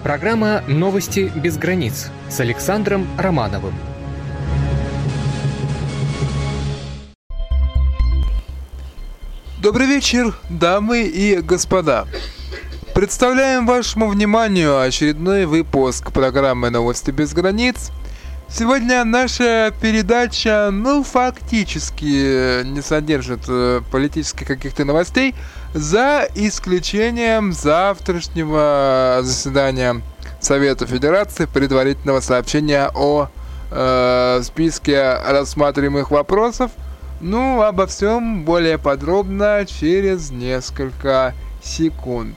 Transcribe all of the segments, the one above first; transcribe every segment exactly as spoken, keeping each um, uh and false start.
Программа «Новости без границ» с Александром Романовым. Добрый вечер, дамы и господа. Представляем вашему вниманию очередной выпуск программы «Новости без границ». Сегодня наша передача, ну, фактически не содержит э, политических каких-то новостей, за исключением завтрашнего заседания Совета Федерации, предварительного сообщения о э, списке рассматриваемых вопросов. Ну, обо всем более подробно через несколько секунд.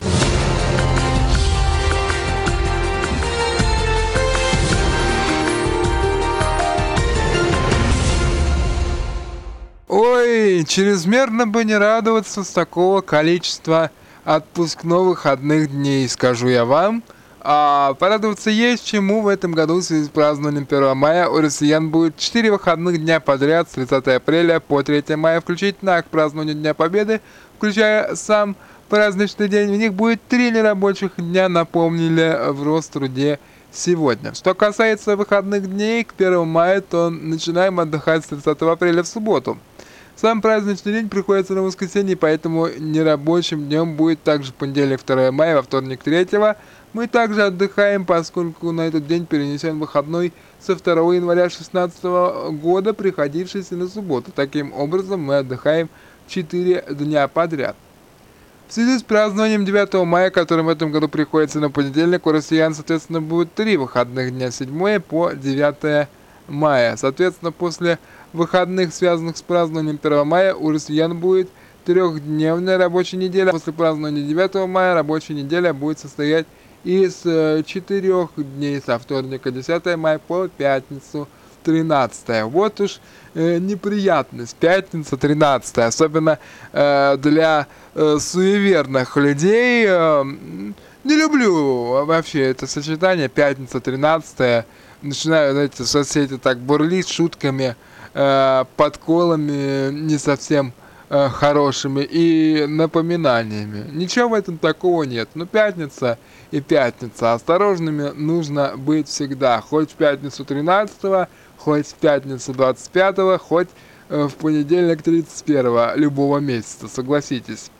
Ой, чрезмерно бы не радоваться с такого количества отпускно-выходных дней, скажу я вам. А порадоваться есть чему. В этом году в связи с празднованием первого мая у россиян будет четыре выходных дня подряд с тридцатого апреля по третьего мая включительно, а к празднованию Дня Победы, включая сам праздничный день, у них будет три нерабочих дня, напомнили в Роструде сегодня. Что касается выходных дней к первому мая, то начинаем отдыхать с тридцатого апреля в субботу. Сам праздничный день приходится на воскресенье, поэтому нерабочим днем будет также понедельник второго мая, во вторник третьего. Мы также отдыхаем, поскольку на этот день перенесен выходной со второго января две тысячи шестнадцатого года, приходившийся на субботу. Таким образом, мы отдыхаем четыре дня подряд. В связи с празднованием девятого мая, который в этом году приходится на понедельник, у россиян, соответственно, будет три выходных дня с седьмого по девятое мая. Соответственно, после выходных, связанных с празднованием первого мая, у россиян будет трехдневная рабочая неделя. После празднования девятого мая рабочая неделя будет состоять из четырех дней со вторника десятого мая по пятницу тринадцатое. Вот уж э, неприятность. Пятница тринадцатое. Особенно э, для э, суеверных людей. Э, не люблю вообще это сочетание. Пятница тринадцатое. Начинаю, знаете, соцсети так бурлить шутками, э, подколами не совсем э, хорошими и напоминаниями. Ничего в этом такого нет. Но пятница и пятница. Осторожными нужно быть всегда. Хоть в пятницу тринадцатого, хоть в пятницу двадцать пятого, хоть э, в понедельник тридцать первого любого месяца. Согласитесь.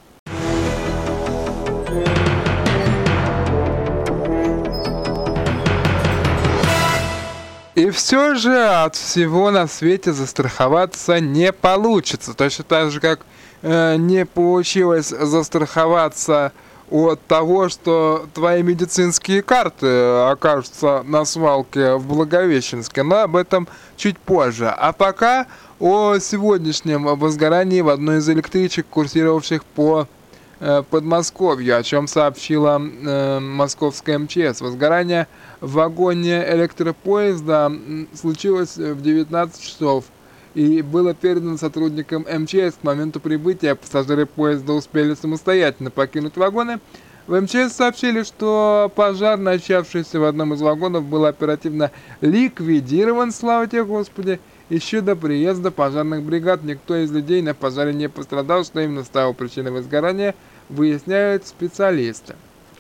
И все же от всего на свете застраховаться не получится. Точно так же, как э, не получилось застраховаться от того, что твои медицинские карты окажутся на свалке в Благовещенске. Но об этом чуть позже. А пока о сегодняшнем возгорании в одной из электричек, курсировавших по э, Подмосковью, о чем сообщила э, московская эм че эс. Возгорание в вагоне электропоезда случилось в девятнадцать часов и было передано сотрудникам эм че эс. К моменту прибытия пассажиры поезда успели самостоятельно покинуть вагоны. В эм че эс сообщили, что пожар, начавшийся в одном из вагонов, был оперативно ликвидирован, слава тебе Господи. Еще до приезда пожарных бригад никто из людей на пожаре не пострадал. Что именно стало причиной возгорания, выясняют специалисты.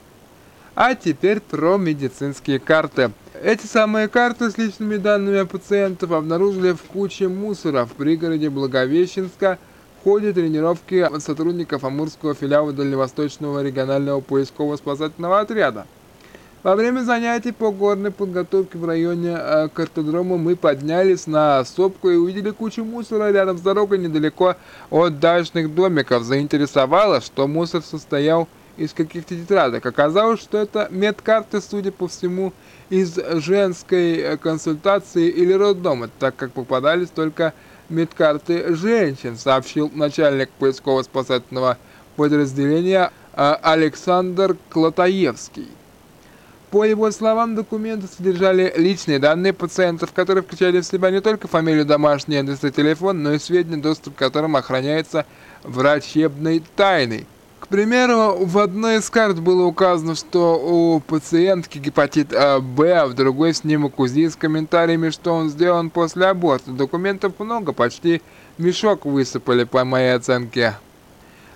А теперь про медицинские карты. Эти самые карты с личными данными пациентов обнаружили в куче мусора в пригороде Благовещенска в ходе тренировки сотрудников Амурского филиала Дальневосточного регионального поисково-спасательного отряда. Во время занятий по горной подготовке в районе э, картодрома мы поднялись на сопку и увидели кучу мусора рядом с дорогой недалеко от дачных домиков. Заинтересовало, что мусор состоял из каких-то тетрадок. Оказалось, что это медкарты, судя по всему, из женской консультации или роддома, так как попадались только медкарты женщин, сообщил начальник поисково-спасательного подразделения Александр Клотаевский. По его словам, документы содержали личные данные пациентов, которые включали в себя не только фамилию, домашний адрес и телефон, но и сведения, доступ к которым охраняется врачебной тайной. К примеру, в одной из карт было указано, что у пациентки гепатит Б, а в другой снимок УЗИ с комментариями, что он сделан после аборта. Документов много, почти мешок высыпали, по моей оценке.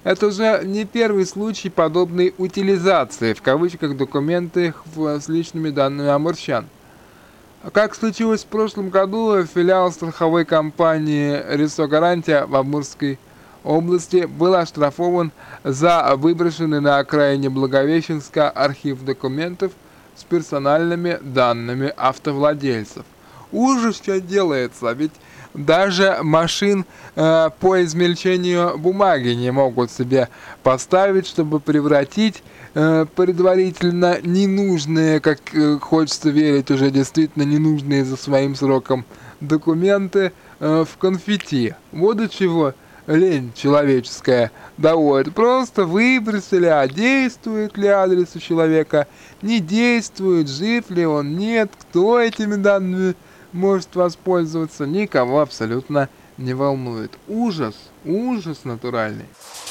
Это уже не первый случай подобной утилизации, в кавычках, документов с личными данными амурчан. Как случилось в прошлом году, филиал страховой компании «Ресо Гарантия» в Амурской области был оштрафован за выброшенный на окраине Благовещенска архив документов с персональными данными автовладельцев. Ужас, что делается, ведь даже машин э, по измельчению бумаги не могут себе поставить, чтобы превратить э, предварительно ненужные, как э, хочется верить, уже действительно ненужные за своим сроком документы э, в конфетти. Вот до чего лень человеческая доводит. Просто выбросили, а действует ли адрес у человека, не действует, жив ли он, нет, кто этими данными может воспользоваться, никого абсолютно не волнует. Ужас, ужас натуральный.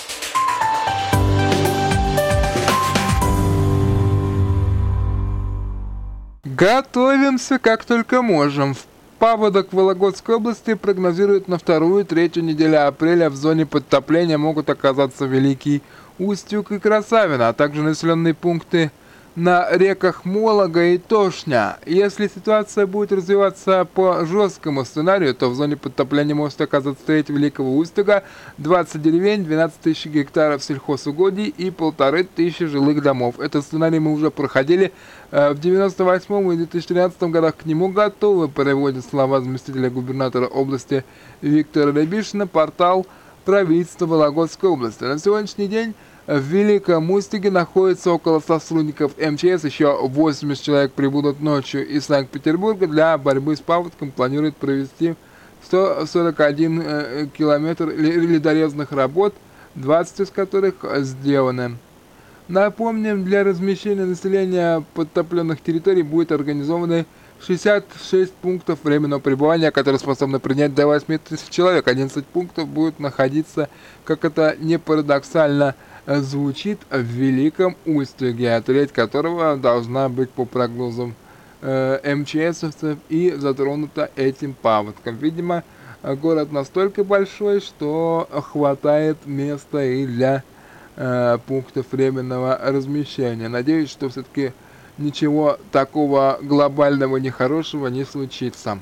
Готовимся как только можем. Паводок в Вологодской области прогнозируют на вторую и третью неделю апреля. В зоне подтопления могут оказаться Великий Устюг и Красавино, а также населенные пункты на реках Молога и Тошня. Если ситуация будет развиваться по жесткому сценарию, то в зоне подтопления может оказаться треть Великого Устюга, двадцать деревень, двенадцать тысяч гектаров сельхозугодий и полторы тысячи жилых домов. Этот сценарий мы уже проходили э, в девяносто восьмом и две тысячи тринадцатом годах. К нему готовы, переводит слова заместителя губернатора области Виктора Рябишина, портал правительства Вологодской области. На сегодняшний день в Великом Устюге находится около ста сотрудников эм че эс, еще восемьдесят человек прибудут ночью из Санкт-Петербурга. Для борьбы с паводком планируют провести сто сорок один э, километр ледорезных работ, двадцать из которых сделаны. Напомним, для размещения населения подтопленных территорий будет организованы шестьдесят шесть пунктов временного пребывания, которые способны принять до восьми тысяч человек. одиннадцать пунктов будут находиться, как это не парадоксально звучит, в Великом Устюге, треть которого должна быть, по прогнозам э, эм че эсовцев, и затронута этим паводком. Видимо, город настолько большой, что хватает места и для э, пунктов временного размещения. Надеюсь, что все-таки ничего такого глобального нехорошего не случится.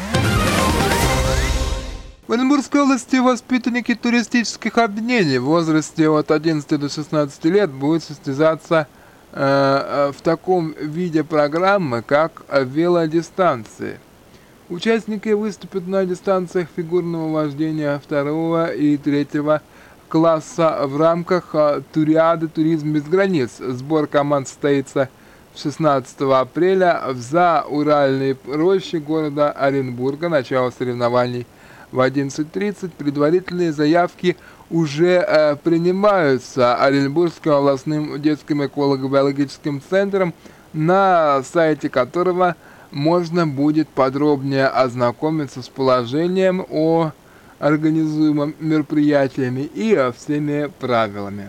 В Оренбургской области воспитанники туристических объединений в возрасте от одиннадцати до шестнадцати лет будут состязаться э, в таком виде программы, как велодистанции. Участники выступят на дистанциях фигурного вождения второго и третьего класса в рамках туриады «Туризм без границ». Сбор команд состоится шестнадцатого апреля в Зауральной роще города Оренбурга. Начало соревнований в одиннадцать тридцать. Предварительные заявки уже э, принимаются Оренбургским областным детским эколого-биологическим центром, на сайте которого можно будет подробнее ознакомиться с положением о организуемом мероприятиями и всеми правилами.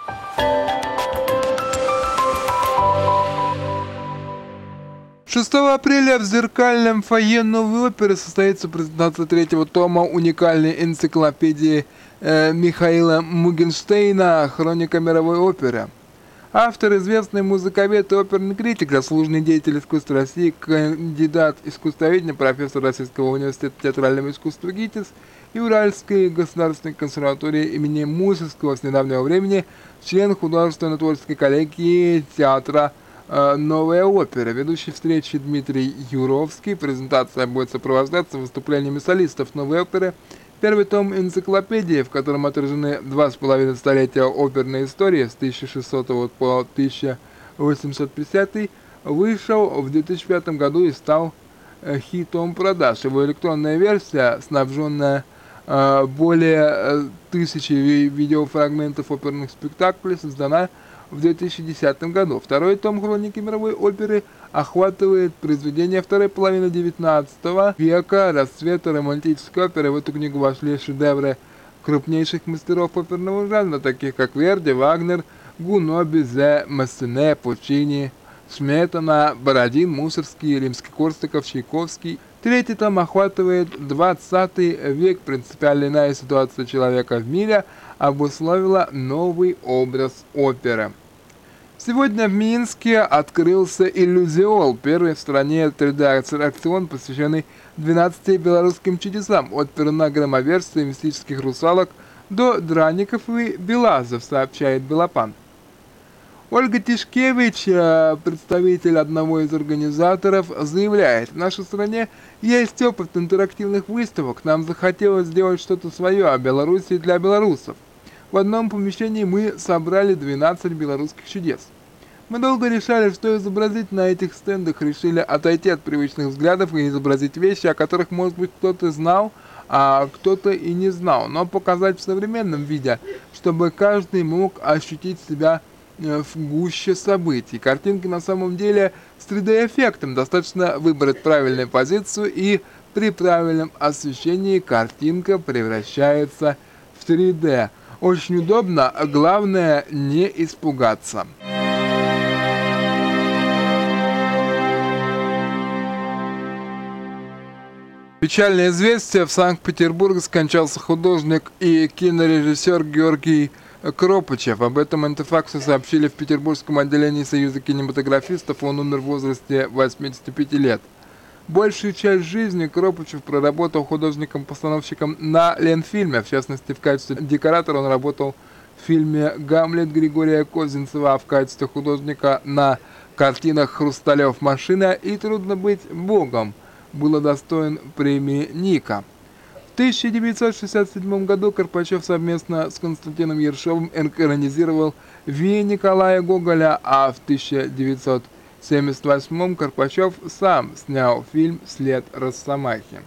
шестого апреля в зеркальном фойе Новой оперы состоится презентация третьего тома уникальной энциклопедии э, Михаила Мугенштейна «Хроника мировой оперы». Автор, известный музыковед и оперный критик, заслуженный деятель искусства России, кандидат искусствоведения, профессор Российского университета театрального искусства ГИТИС и Уральской государственной консерватории имени Мусоргского с недавнего времени, член художественно-творческой коллегии театра «Новая опера». Ведущий встречи Дмитрий Юровский. Презентация будет сопровождаться выступлениями солистов Новой оперы. Первый том энциклопедии, в котором отражены два с половиной столетия оперной истории с тысяча шестисотого по тысяча восемьсот пятидесятый, вышел в две тысячи пятом году и стал хитом продаж. Его электронная версия, снабженная э, более тысячи ви видеофрагментов оперных спектаклей, создана в две тысячи десятом году. Второй том «Хроники мировой оперы» охватывает произведения второй половины девятнадцатого века, расцвета романтической оперы. В эту книгу вошли шедевры крупнейших мастеров оперного жанра, таких как Верди, Вагнер, Гуно, Бизе, Массене, Пучини, Сметана, Бородин, Мусоргский, Римский-Корсаков, Чайковский. Третий том охватывает двадцатый век, принципиально иная ситуация человека в мире, обусловило новый образ оперы. Сегодня в Минске открылся Иллюзиол, первый в стране три дэ-аттракцион, посвященный двенадцати белорусским чудесам, от перна-громоверца и мистических русалок до драников и белазов, сообщает Белопан. Ольга Тишкевич, представитель одного из организаторов, заявляет: в нашей стране есть опыт интерактивных выставок, нам захотелось сделать что-то свое о Беларуси для белорусов. В одном помещении мы собрали двенадцать белорусских чудес. Мы долго решали, что изобразить на этих стендах, решили отойти от привычных взглядов и изобразить вещи, о которых, может быть, кто-то знал, а кто-то и не знал, но показать в современном виде, чтобы каждый мог ощутить себя в гуще событий. Картинки на самом деле с три дэ-эффектом, достаточно выбрать правильную позицию, и при правильном освещении картинка превращается в три дэ. Очень удобно, главное не испугаться. Печальное известие: в Санкт-Петербурге скончался художник и кинорежиссер Георгий Кропачев. Об этом Интерфаксу сообщили в Петербургском отделении Союза кинематографистов. Он умер в возрасте восьмидесяти пяти лет. Большую часть жизни Кропачев проработал художником-постановщиком на Ленфильме. В частности, в качестве декоратора он работал в фильме «Гамлет» Григория Козинцева, а в качестве художника на картинах «Хрусталев машина» и «Трудно быть богом» был удостоен премии Ника. В тысяча девятьсот шестьдесят седьмом году Карпачев совместно с Константином Ершовым экранизировал «Ви» Николая Гоголя, а в тысяча девятьсот семьдесят восьмом Карпачев сам снял фильм «След Росомахи».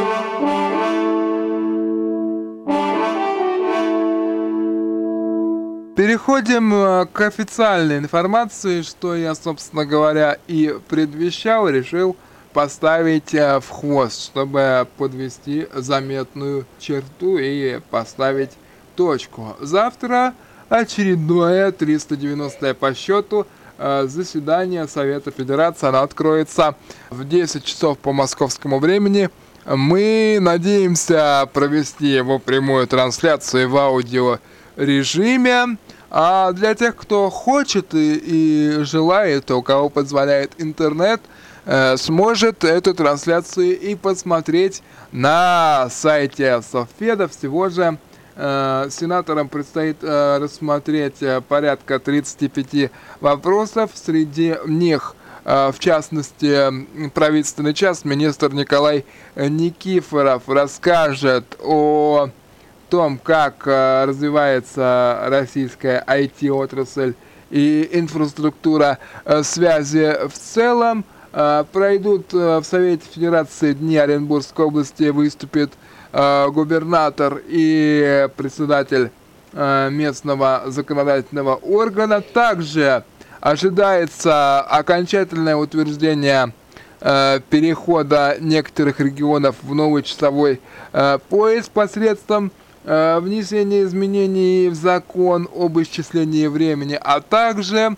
Переходим к официальной информации, что я, собственно говоря, и предвещал, решил поставить в хвост, чтобы подвести заметную черту и поставить точку. Завтра очередное триста девяностое по счету заседание Совета Федерации. Оно откроется в десять часов по московскому времени. Мы надеемся провести его прямую трансляцию в аудиорежиме. А для тех, кто хочет и, и желает, у кого позволяет интернет, сможет эту трансляцию и посмотреть на сайте Совфеда. Всего же э, сенаторам предстоит э, рассмотреть э, порядка тридцати пяти вопросов. Среди них, э, в частности, правительственный час, министр Николай Никифоров расскажет о том, как э, развивается российская ай ти-отрасль и инфраструктура э, связи в целом. Пройдут в Совете Федерации Дни Оренбургской области, выступит э, губернатор и председатель э, местного законодательного органа. Также ожидается окончательное утверждение э, перехода некоторых регионов в новый часовой э, пояс посредством э, внесения изменений в закон об исчислении времени, а также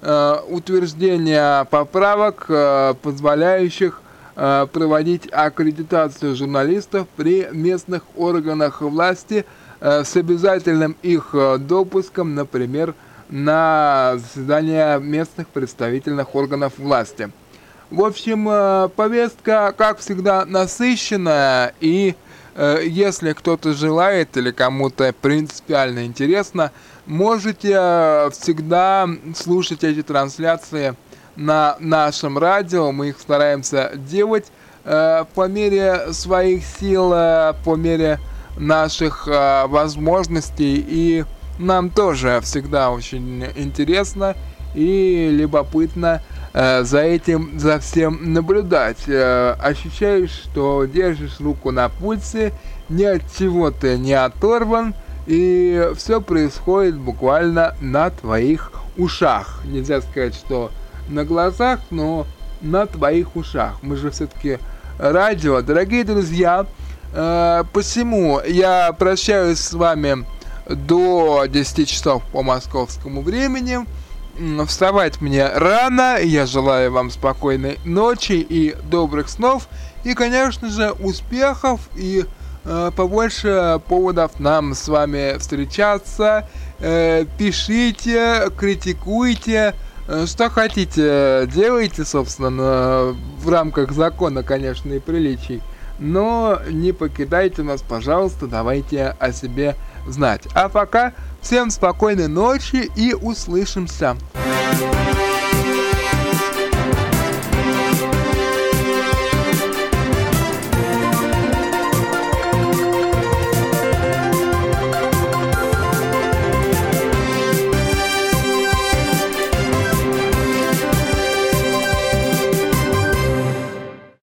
утверждение поправок, позволяющих проводить аккредитацию журналистов при местных органах власти с обязательным их допуском, например, на заседания местных представительных органов власти. В общем, повестка, как всегда, насыщенная, и если кто-то желает или кому-то принципиально интересно, можете всегда слушать эти трансляции на нашем радио. Мы их стараемся делать э, по мере своих сил, э, по мере наших э, возможностей. И нам тоже всегда очень интересно и любопытно э, за этим, за всем наблюдать. Э, ощущаешь, что держишь руку на пульсе, ни от чего ты не оторван, и все происходит буквально на твоих ушах. Нельзя сказать, что на глазах, но на твоих ушах. Мы же все-таки радио. Дорогие друзья, э, посему я прощаюсь с вами до десяти часов по московскому времени. Вставать мне рано. Я желаю вам спокойной ночи и добрых снов. И, конечно же, успехов и э, побольше поводов нам с вами встречаться. Э, пишите, критикуйте, э, что хотите, делайте, собственно, в рамках закона, конечно, и приличий. Но не покидайте нас, пожалуйста, давайте о себе знать. А пока всем спокойной ночи и услышимся.